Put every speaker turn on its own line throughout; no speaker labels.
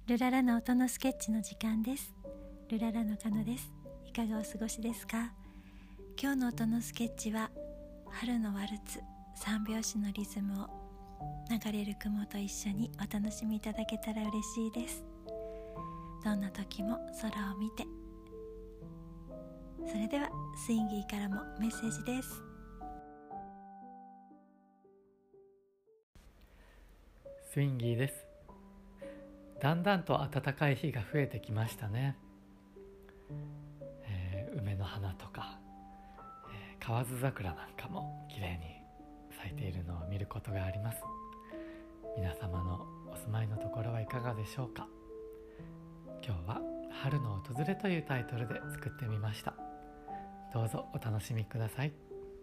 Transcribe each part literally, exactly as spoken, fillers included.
ルララの音のスケッチの時間です。ルララのかのです。いかがお過ごしですか？今日の音のスケッチは春のワルツ三拍子のリズムを流れる雲と一緒にお楽しみいただけたら嬉しいです。どんな時も空を見て。それではスインギーからもメッセージです。
スインギーです。だんだんと暖かい日が増えてきましたね。えー、梅の花とか、えー、河津桜なんかも綺麗に咲いているのを見ることがあります。皆様のお住まいのところはいかがでしょうか。今日は春の訪れというタイトルで作ってみました。どうぞお楽しみください。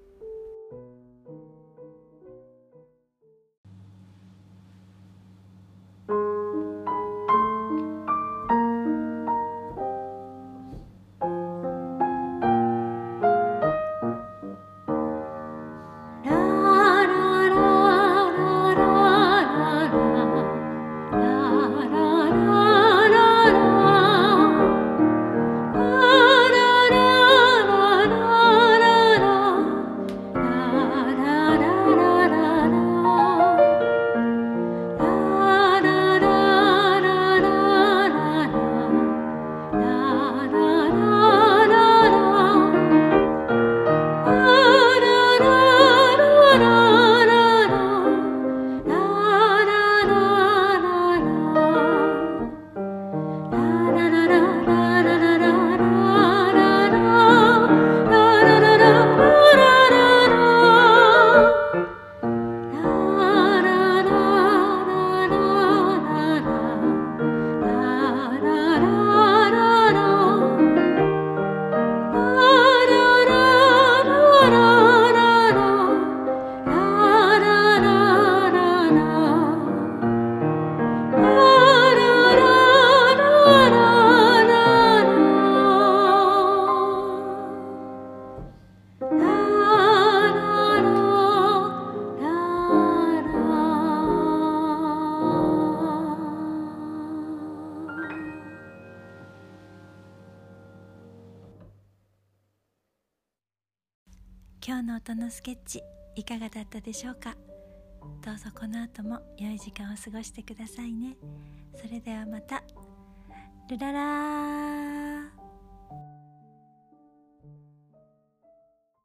今日の音のスケッチいかがだったでしょうか。どうぞこの後も良い時間を過ごしてくださいね。それではまた。ルララー。